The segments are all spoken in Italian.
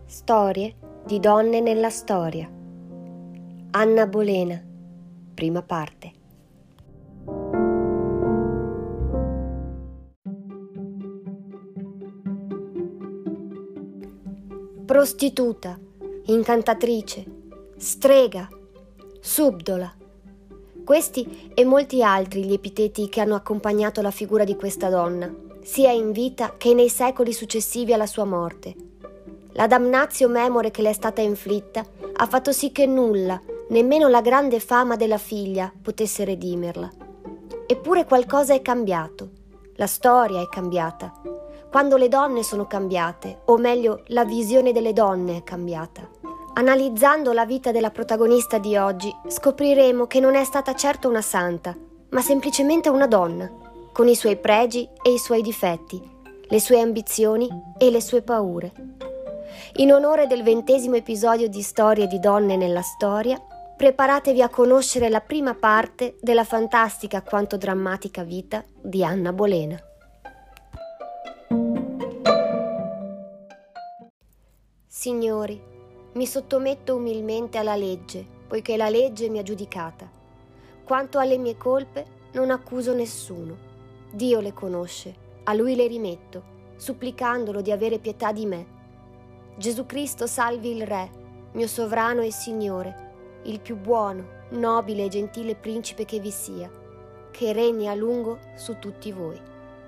Storie di donne nella storia. Anna Bolena, prima parte. Prostituta, incantatrice, strega, subdola. Questi e molti altri gli epiteti che hanno accompagnato la figura di questa donna, sia in vita che nei secoli successivi alla sua morte. La damnatio memore che le è stata inflitta ha fatto sì che nulla, nemmeno la grande fama della figlia, potesse redimerla. Eppure qualcosa è cambiato. La storia è cambiata. Quando le donne sono cambiate, o meglio, la visione delle donne è cambiata. Analizzando la vita della protagonista di oggi, scopriremo che non è stata certo una santa, ma semplicemente una donna, con i suoi pregi e i suoi difetti, le sue ambizioni e le sue paure. In onore del 20° episodio di Storie di donne nella storia, preparatevi a conoscere la prima parte della fantastica quanto drammatica vita di Anna Bolena. Signori, mi sottometto umilmente alla legge, poiché la legge mi ha giudicata. Quanto alle mie colpe, non accuso nessuno. Dio le conosce, a Lui le rimetto, supplicandolo di avere pietà di me. Gesù Cristo salvi il Re, mio sovrano e Signore, il più buono, nobile e gentile principe che vi sia, che regni a lungo su tutti voi.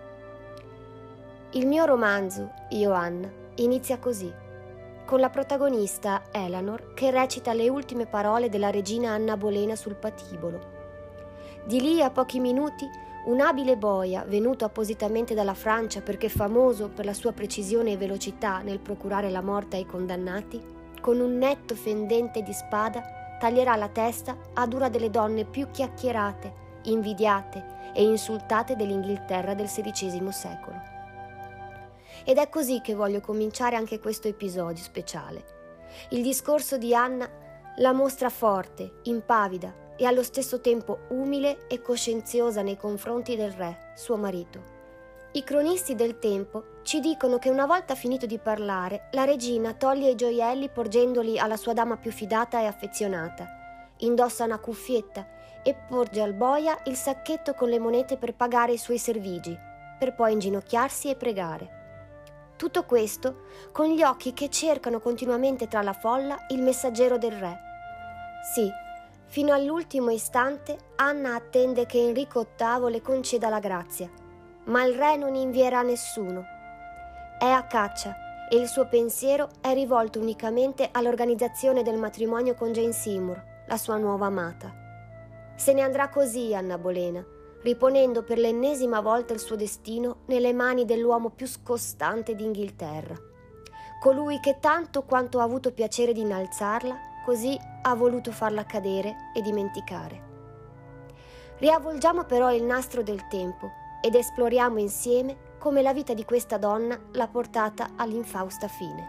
Il mio romanzo, Io Anna, inizia così, con la protagonista Eleanor che recita le ultime parole della regina Anna Bolena sul patibolo. Di lì a pochi minuti un abile boia, venuto appositamente dalla Francia perché famoso per la sua precisione e velocità nel procurare la morte ai condannati, con un netto fendente di spada taglierà la testa ad una delle donne più chiacchierate, invidiate e insultate dell'Inghilterra del XVI secolo. Ed è così che voglio cominciare anche questo episodio speciale. Il discorso di Anna la mostra forte, impavida e allo stesso tempo umile e coscienziosa nei confronti del re, suo marito. I cronisti del tempo ci dicono che una volta finito di parlare, la regina toglie i gioielli porgendoli alla sua dama più fidata e affezionata, indossa una cuffietta e porge al boia il sacchetto con le monete per pagare i suoi servigi, per poi inginocchiarsi e pregare. Tutto questo con gli occhi che cercano continuamente tra la folla il messaggero del re. Sì, fino all'ultimo istante Anna attende che Enrico VIII le conceda la grazia, ma il re non invierà nessuno. È a caccia e il suo pensiero è rivolto unicamente all'organizzazione del matrimonio con Jane Seymour, la sua nuova amata. Se ne andrà così Anna Bolena, riponendo per l'ennesima volta il suo destino nelle mani dell'uomo più scostante d'Inghilterra, colui che tanto quanto ha avuto piacere di innalzarla, così ha voluto farla cadere e dimenticare. Riavvolgiamo però il nastro del tempo ed esploriamo insieme come la vita di questa donna l'ha portata all'infausta fine.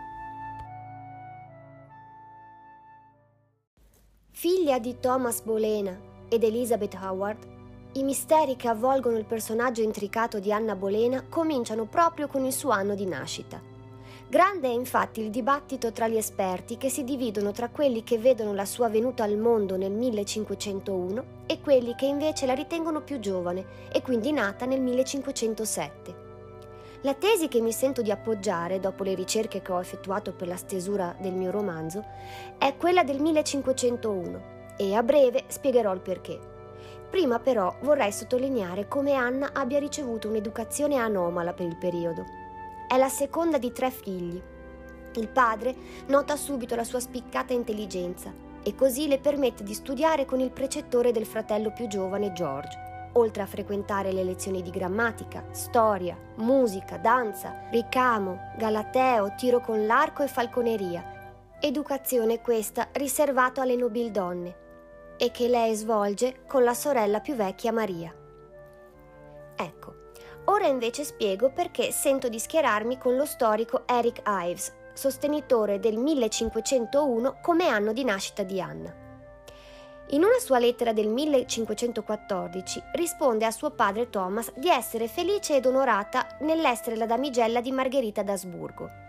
Figlia di Thomas Bolena ed Elizabeth Howard, i misteri che avvolgono il personaggio intricato di Anna Bolena cominciano proprio con il suo anno di nascita. Grande è infatti il dibattito tra gli esperti che si dividono tra quelli che vedono la sua venuta al mondo nel 1501 e quelli che invece la ritengono più giovane e quindi nata nel 1507. La tesi che mi sento di appoggiare dopo le ricerche che ho effettuato per la stesura del mio romanzo è quella del 1501 e a breve spiegherò il perché. Prima però vorrei sottolineare come Anna abbia ricevuto un'educazione anomala per il periodo. È la seconda di 3 figli. Il padre nota subito la sua spiccata intelligenza e così le permette di studiare con il precettore del fratello più giovane George, oltre a frequentare le lezioni di grammatica, storia, musica, danza, ricamo, galateo, tiro con l'arco e falconeria. Educazione questa riservata alle nobildonne e che lei svolge con la sorella più vecchia Maria. Ecco. Ora invece spiego perché sento di schierarmi con lo storico Eric Ives, sostenitore del 1501 come anno di nascita di Anna. In una sua lettera del 1514 risponde a suo padre Thomas di essere felice ed onorata nell'essere la damigella di Margherita d'Asburgo.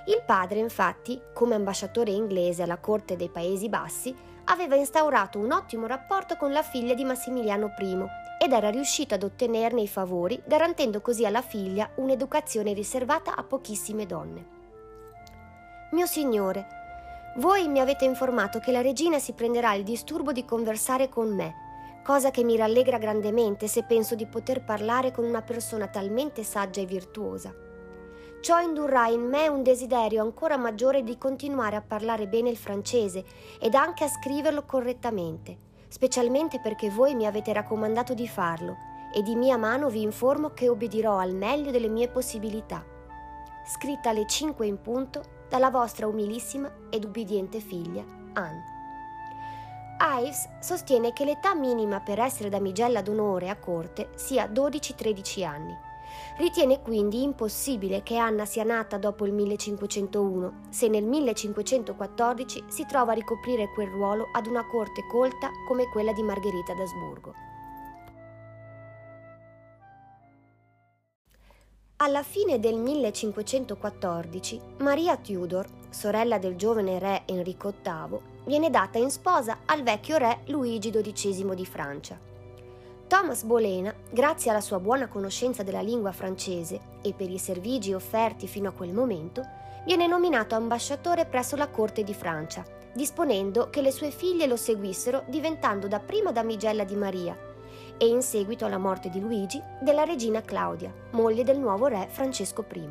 Il padre, infatti, come ambasciatore inglese alla corte dei Paesi Bassi, aveva instaurato un ottimo rapporto con la figlia di Massimiliano I ed era riuscito ad ottenerne i favori, garantendo così alla figlia un'educazione riservata a pochissime donne. Mio signore, voi mi avete informato che la regina si prenderà il disturbo di conversare con me, cosa che mi rallegra grandemente se penso di poter parlare con una persona talmente saggia e virtuosa. Ciò indurrà in me un desiderio ancora maggiore di continuare a parlare bene il francese ed anche a scriverlo correttamente, specialmente perché voi mi avete raccomandato di farlo e di mia mano vi informo che obbedirò al meglio delle mie possibilità. Scritta alle 5 in punto dalla vostra umilissima ed ubbidiente figlia, Anne. Ives sostiene che l'età minima per essere damigella d'onore a corte sia 12-13 anni. Ritiene quindi impossibile che Anna sia nata dopo il 1501, se nel 1514 si trova a ricoprire quel ruolo ad una corte colta come quella di Margherita d'Asburgo. Alla fine del 1514, Maria Tudor, sorella del giovane re Enrico VIII, viene data in sposa al vecchio re Luigi XII di Francia. Thomas Bolena, grazie alla sua buona conoscenza della lingua francese e per i servigi offerti fino a quel momento, viene nominato ambasciatore presso la corte di Francia, disponendo che le sue figlie lo seguissero diventando dapprima damigella di Maria e in seguito alla morte di Luigi della regina Claudia, moglie del nuovo re Francesco I.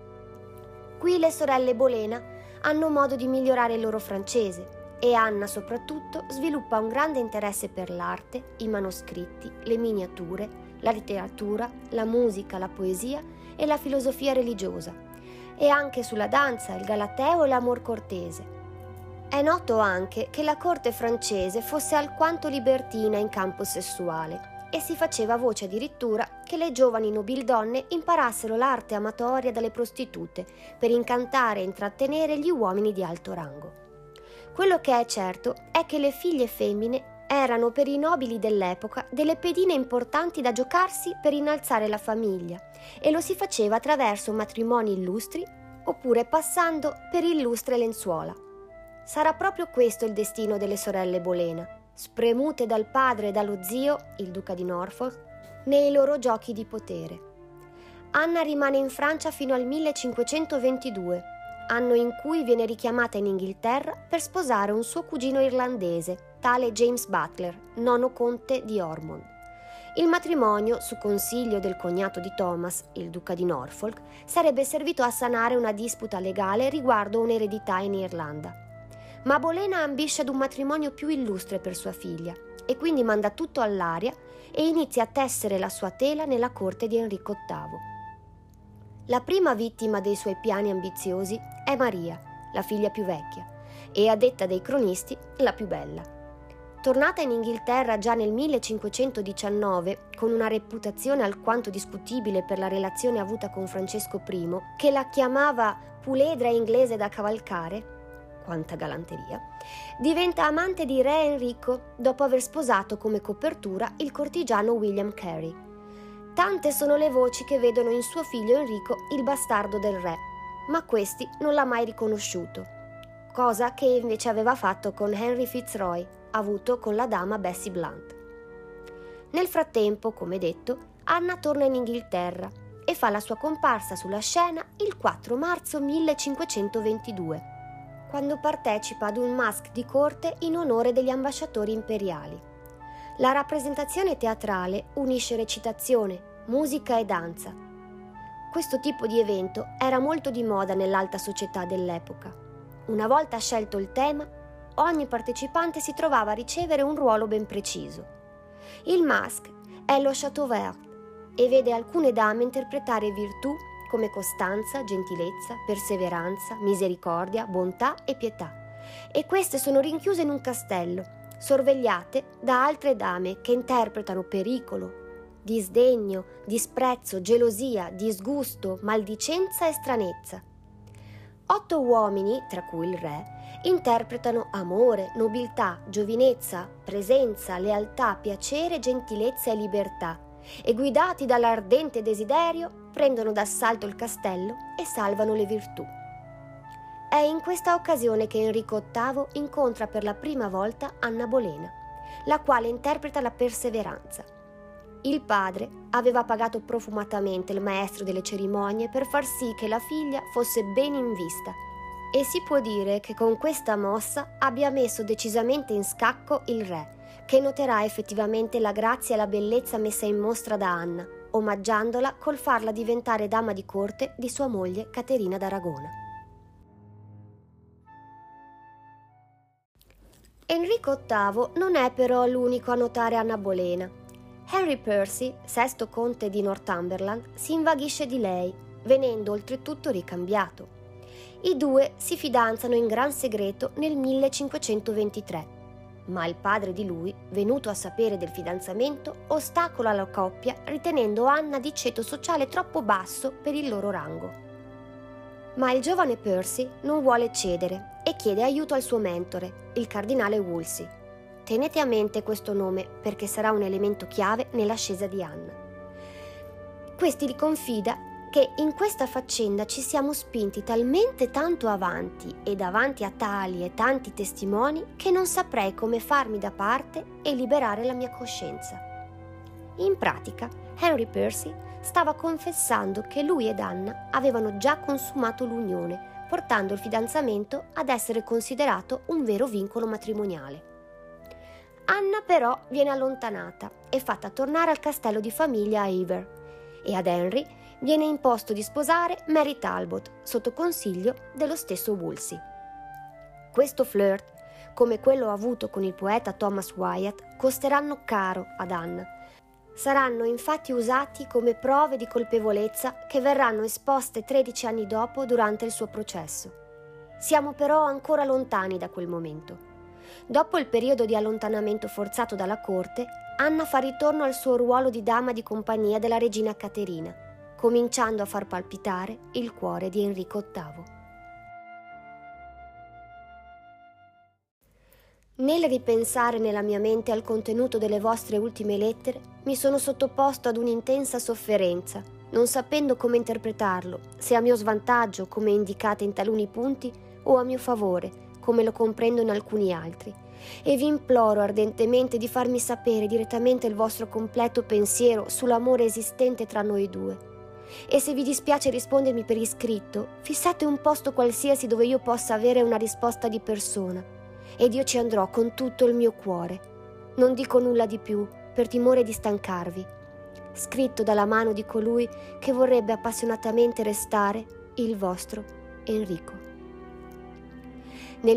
Qui le sorelle Bolena hanno modo di migliorare il loro francese e Anna soprattutto sviluppa un grande interesse per l'arte, i manoscritti, le miniature, la letteratura, la musica, la poesia e la filosofia religiosa, e anche sulla danza, il galateo e l'amor cortese. È noto anche che la corte francese fosse alquanto libertina in campo sessuale e si faceva voce addirittura che le giovani nobildonne imparassero l'arte amatoria dalle prostitute per incantare e intrattenere gli uomini di alto rango. Quello che è certo è che le figlie femmine erano per i nobili dell'epoca delle pedine importanti da giocarsi per innalzare la famiglia e lo si faceva attraverso matrimoni illustri oppure passando per illustre lenzuola. Sarà proprio questo il destino delle sorelle Bolena, spremute dal padre e dallo zio, il duca di Norfolk, nei loro giochi di potere. Anna rimane in Francia fino al 1522, anno in cui viene richiamata in Inghilterra per sposare un suo cugino irlandese, tale James Butler, nono conte di Ormond. Il matrimonio, su consiglio del cognato di Thomas, il duca di Norfolk, sarebbe servito a sanare una disputa legale riguardo un'eredità in Irlanda. Ma Bolena ambisce ad un matrimonio più illustre per sua figlia e quindi manda tutto all'aria e inizia a tessere la sua tela nella corte di Enrico VIII. La prima vittima dei suoi piani ambiziosi è Maria, la figlia più vecchia, e a detta dei cronisti la più bella. Tornata in Inghilterra già nel 1519, con una reputazione alquanto discutibile per la relazione avuta con Francesco I, che la chiamava puledra inglese da cavalcare, quanta galanteria, diventa amante di re Enrico dopo aver sposato come copertura il cortigiano William Carey. Tante sono le voci che vedono in suo figlio Enrico il bastardo del re, ma questi non l'ha mai riconosciuto, cosa che invece aveva fatto con Henry Fitzroy, avuto con la dama Bessie Blunt. Nel frattempo, come detto, Anna torna in Inghilterra e fa la sua comparsa sulla scena il 4 marzo 1522, quando partecipa ad un masque di corte in onore degli ambasciatori imperiali. La rappresentazione teatrale unisce recitazione, musica e danza. Questo tipo di evento era molto di moda nell'alta società dell'epoca. Una volta scelto il tema, ogni partecipante si trovava a ricevere un ruolo ben preciso. Il masque è lo Chateaubriand e vede alcune dame interpretare virtù come costanza, gentilezza, perseveranza, misericordia, bontà e pietà. E queste sono rinchiuse in un castello, sorvegliate da altre dame che interpretano pericolo, disdegno, disprezzo, gelosia, disgusto, maldicenza e stranezza. 8 uomini, tra cui il re, interpretano amore, nobiltà, giovinezza, presenza, lealtà, piacere, gentilezza e libertà, e guidati dall'ardente desiderio prendono d'assalto il castello e salvano le virtù. È in questa occasione che Enrico VIII incontra per la prima volta Anna Bolena, la quale interpreta la perseveranza. Il padre aveva pagato profumatamente il maestro delle cerimonie per far sì che la figlia fosse ben in vista, e si può dire che con questa mossa abbia messo decisamente in scacco il re, che noterà effettivamente la grazia e la bellezza messa in mostra da Anna, omaggiandola col farla diventare dama di corte di sua moglie Caterina d'Aragona. Enrico VIII non è però l'unico a notare Anna Bolena. Henry Percy, sesto conte di Northumberland, si invaghisce di lei, venendo oltretutto ricambiato. I due si fidanzano in gran segreto nel 1523, ma il padre di lui, venuto a sapere del fidanzamento, ostacola la coppia ritenendo Anna di ceto sociale troppo basso per il loro rango. Ma il giovane Percy non vuole cedere e chiede aiuto al suo mentore, il cardinale Wolsey. Tenete a mente questo nome perché sarà un elemento chiave nell'ascesa di Anna. Questi gli confida che in questa faccenda ci siamo spinti talmente tanto avanti e davanti a tali e tanti testimoni che non saprei come farmi da parte e liberare la mia coscienza. In pratica, Henry Percy stava confessando che lui ed Anna avevano già consumato l'unione, portando il fidanzamento ad essere considerato un vero vincolo matrimoniale. Anna però viene allontanata e fatta tornare al castello di famiglia a Hever, e ad Henry viene imposto di sposare Mary Talbot sotto consiglio dello stesso Wolsey. Questo flirt, come quello avuto con il poeta Thomas Wyatt, costeranno caro ad Anna. Saranno infatti usati come prove di colpevolezza che verranno esposte 13 anni dopo durante il suo processo. Siamo però ancora lontani da quel momento. Dopo il periodo di allontanamento forzato dalla corte, Anna fa ritorno al suo ruolo di dama di compagnia della regina Caterina, cominciando a far palpitare il cuore di Enrico VIII. Nel ripensare nella mia mente al contenuto delle vostre ultime lettere, mi sono sottoposto ad un'intensa sofferenza, non sapendo come interpretarlo, se a mio svantaggio, come indicate in taluni punti, o a mio favore, come lo comprendo in alcuni altri. E vi imploro ardentemente di farmi sapere direttamente il vostro completo pensiero sull'amore esistente tra noi due. E se vi dispiace rispondermi per iscritto, fissate un posto qualsiasi dove io possa avere una risposta di persona, ed io ci andrò con tutto il mio cuore. Non dico nulla di più, per timore di stancarvi. Scritto dalla mano di colui che vorrebbe appassionatamente restare il vostro Enrico. Nel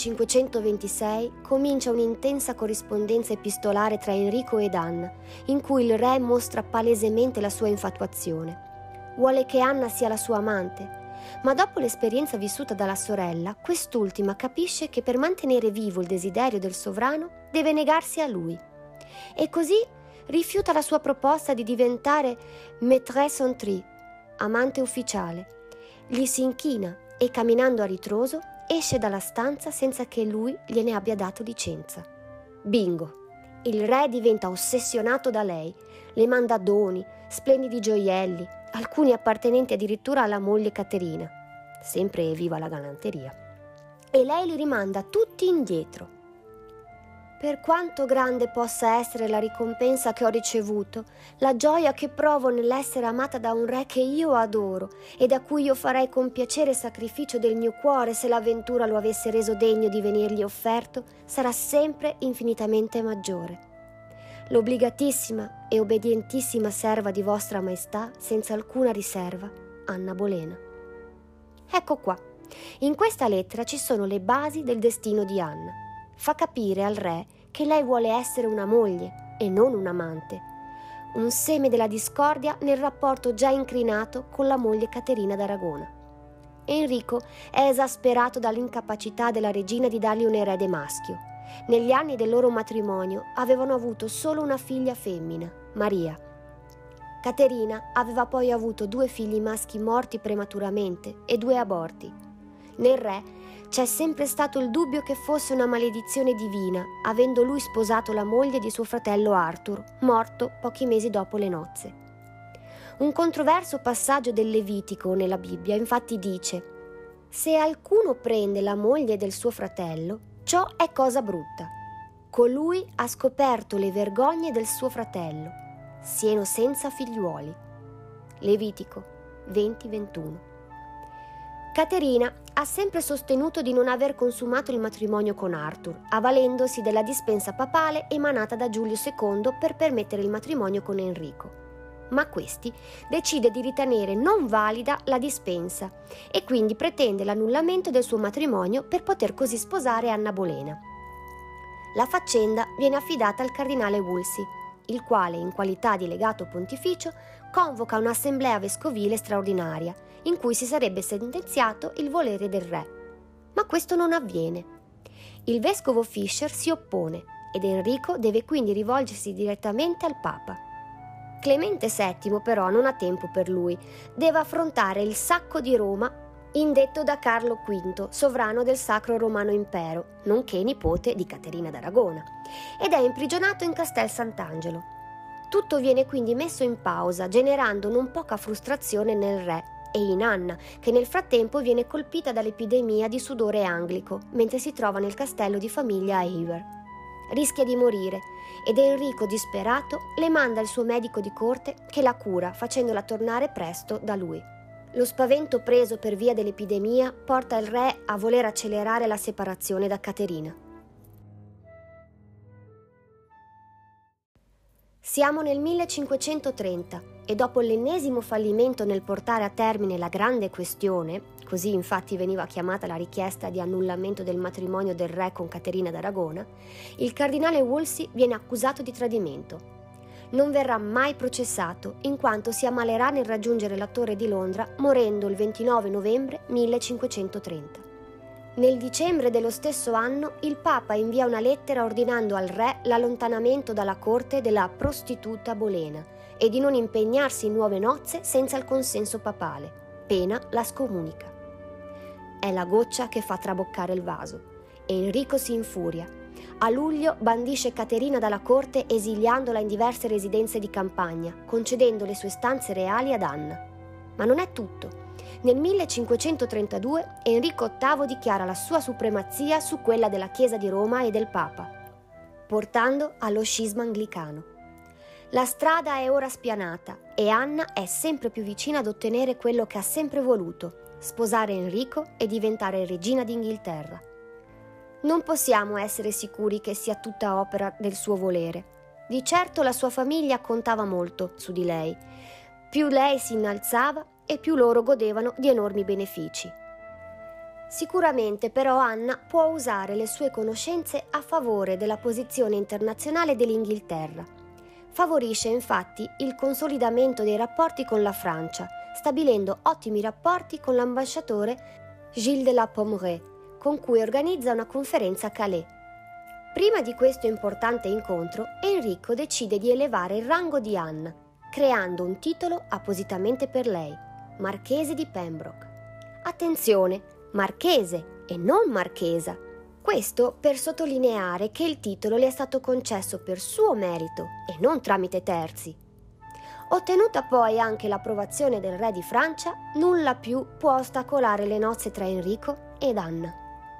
1526 comincia un'intensa corrispondenza epistolare tra Enrico ed Anna, in cui il re mostra palesemente la sua infatuazione. Vuole che Anna sia la sua amante, ma dopo l'esperienza vissuta dalla sorella, quest'ultima capisce che per mantenere vivo il desiderio del sovrano deve negarsi a lui. E così rifiuta la sua proposta di diventare maîtresse en tri, amante ufficiale. Gli si inchina e, camminando a ritroso, esce dalla stanza senza che lui gliene abbia dato licenza. Bingo! Il re diventa ossessionato da lei, le manda doni, splendidi gioielli, alcuni appartenenti addirittura alla moglie Caterina, sempre viva la galanteria, e lei li rimanda tutti indietro. Per quanto grande possa essere la ricompensa che ho ricevuto, la gioia che provo nell'essere amata da un re che io adoro e da cui io farei con piacere sacrificio del mio cuore se l'avventura lo avesse reso degno di venirgli offerto, sarà sempre infinitamente maggiore. L'obbligatissima e obbedientissima serva di vostra maestà, senza alcuna riserva, Anna Bolena. Ecco qua, in questa lettera ci sono le basi del destino di Anna. Fa capire al re che lei vuole essere una moglie e non un amante, un seme della discordia nel rapporto già incrinato con la moglie Caterina d'Aragona. Enrico è esasperato dall'incapacità della regina di dargli un erede maschio. Negli anni del loro matrimonio avevano avuto solo una figlia femmina, Maria. Caterina aveva poi avuto 2 figli maschi morti prematuramente e 2 aborti. Nel re c'è sempre stato il dubbio che fosse una maledizione divina, avendo lui sposato la moglie di suo fratello Arthur, morto pochi mesi dopo le nozze. Un controverso passaggio del Levitico nella Bibbia infatti dice: Se alcuno prende la moglie del suo fratello, ciò è cosa brutta. Colui ha scoperto le vergogne del suo fratello, sieno senza figliuoli. Levitico 20:21. Caterina ha sempre sostenuto di non aver consumato il matrimonio con Arthur, avvalendosi della dispensa papale emanata da Giulio II per permettere il matrimonio con Enrico. Ma questi decide di ritenere non valida la dispensa e quindi pretende l'annullamento del suo matrimonio per poter così sposare Anna Bolena. La faccenda viene affidata al cardinale Wolsey, il quale, in qualità di legato pontificio, convoca un'assemblea vescovile straordinaria in cui si sarebbe sentenziato il volere del re. Ma questo non avviene. Il vescovo Fisher si oppone ed Enrico deve quindi rivolgersi direttamente al Papa. Clemente VII però non ha tempo per lui, deve affrontare il sacco di Roma indetto da Carlo V, sovrano del Sacro Romano Impero, nonché nipote di Caterina d'Aragona, ed è imprigionato in Castel Sant'Angelo. Tutto viene quindi messo in pausa, generando non poca frustrazione nel re e in Anna, che nel frattempo viene colpita dall'epidemia di sudore anglico, mentre si trova nel castello di famiglia a Hever. Rischia di morire ed Enrico, disperato, le manda il suo medico di corte che la cura, facendola tornare presto da lui. Lo spavento preso per via dell'epidemia porta il re a voler accelerare la separazione da Caterina. Siamo nel 1530 e dopo l'ennesimo fallimento nel portare a termine la grande questione, così infatti veniva chiamata la richiesta di annullamento del matrimonio del re con Caterina d'Aragona, il cardinale Wolsey viene accusato di tradimento. Non verrà mai processato in quanto si ammalerà nel raggiungere la Torre di Londra, morendo il 29 novembre 1530. Nel dicembre dello stesso anno il Papa invia una lettera ordinando al re l'allontanamento dalla corte della prostituta Bolena e di non impegnarsi in nuove nozze senza il consenso papale, pena la scomunica. È la goccia che fa traboccare il vaso e Enrico si infuria. A luglio bandisce Caterina dalla corte esiliandola in diverse residenze di campagna, concedendo le sue stanze reali ad Anna. Ma non è tutto. Nel 1532 Enrico VIII dichiara la sua supremazia su quella della Chiesa di Roma e del Papa, portando allo scisma anglicano. La strada è ora spianata e Anna è sempre più vicina ad ottenere quello che ha sempre voluto, sposare Enrico e diventare regina d'Inghilterra. Non possiamo essere sicuri che sia tutta opera del suo volere. Di certo la sua famiglia contava molto su di lei. Più lei si innalzava e più loro godevano di enormi benefici. Sicuramente però Anna può usare le sue conoscenze a favore della posizione internazionale dell'Inghilterra. Favorisce infatti il consolidamento dei rapporti con la Francia, stabilendo ottimi rapporti con l'ambasciatore Gilles de la Pommeraye, con cui organizza una conferenza a Calais. Prima di questo importante incontro, Enrico decide di elevare il rango di Anna, creando un titolo appositamente per lei, Marchese di Pembroke. Attenzione, marchese e non marchesa. Questo per sottolineare che il titolo le è stato concesso per suo merito e non tramite terzi. Ottenuta poi anche l'approvazione del re di Francia, nulla più può ostacolare le nozze tra Enrico ed Anna.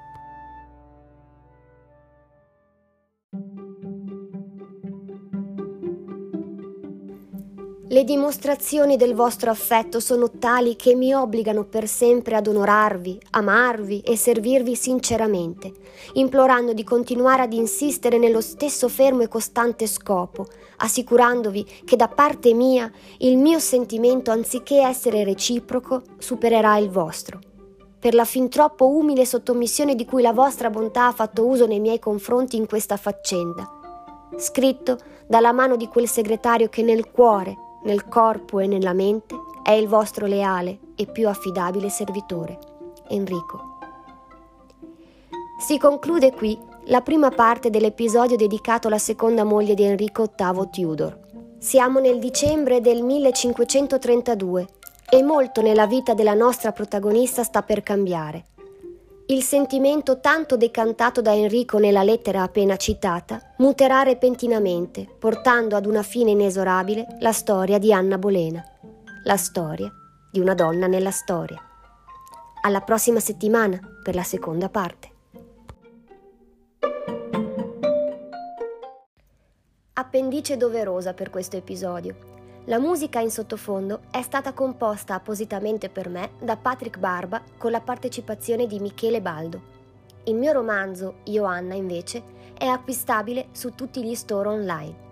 Le dimostrazioni del vostro affetto sono tali che mi obbligano per sempre ad onorarvi, amarvi e servirvi sinceramente, implorando di continuare ad insistere nello stesso fermo e costante scopo, assicurandovi che da parte mia il mio sentimento, anziché essere reciproco, supererà il vostro. Per la fin troppo umile sottomissione di cui la vostra bontà ha fatto uso nei miei confronti in questa faccenda. Scritto dalla mano di quel segretario che nel cuore, nel corpo e nella mente è il vostro leale e più affidabile servitore, Enrico. Si conclude qui la prima parte dell'episodio dedicato alla seconda moglie di Enrico VIII Tudor. Siamo nel dicembre del 1532 e molto nella vita della nostra protagonista sta per cambiare. Il sentimento tanto decantato da Enrico nella lettera appena citata muterà repentinamente, portando ad una fine inesorabile la storia di Anna Bolena, la storia di una donna nella storia. Alla prossima settimana per la seconda parte. Appendice doverosa per questo episodio. La musica in sottofondo è stata composta appositamente per me da Patrick Barba con la partecipazione di Michele Baldo. Il mio romanzo, Io Anna, invece, è acquistabile su tutti gli store online.